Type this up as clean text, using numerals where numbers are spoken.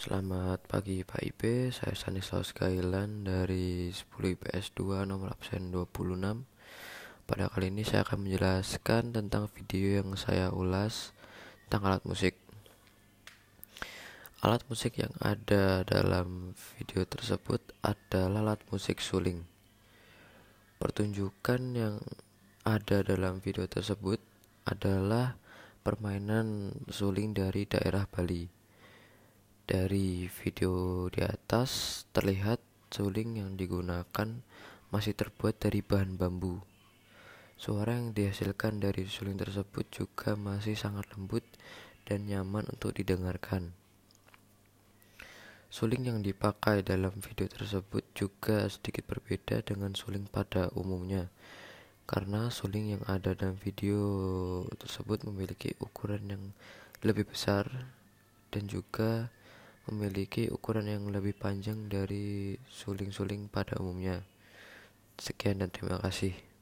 Selamat pagi Pak IP, saya Stanislaus Kailan dari 10 IPS 2 nomor absen 26. Pada kali ini saya akan menjelaskan tentang video yang saya ulas tentang alat musik. Alat musik yang ada dalam video tersebut adalah alat musik suling. Pertunjukan yang ada dalam video tersebut adalah permainan suling dari daerah Bali. Dari video di atas terlihat suling yang digunakan masih terbuat dari bahan bambu. Suara yang dihasilkan dari suling tersebut juga masih sangat lembut dan nyaman untuk didengarkan. Suling yang dipakai dalam video tersebut juga sedikit berbeda dengan suling pada umumnya, karena suling yang ada dalam video tersebut memiliki ukuran yang lebih besar dan juga memiliki ukuran yang lebih panjang dari suling-suling pada umumnya. Sekian dan terima kasih.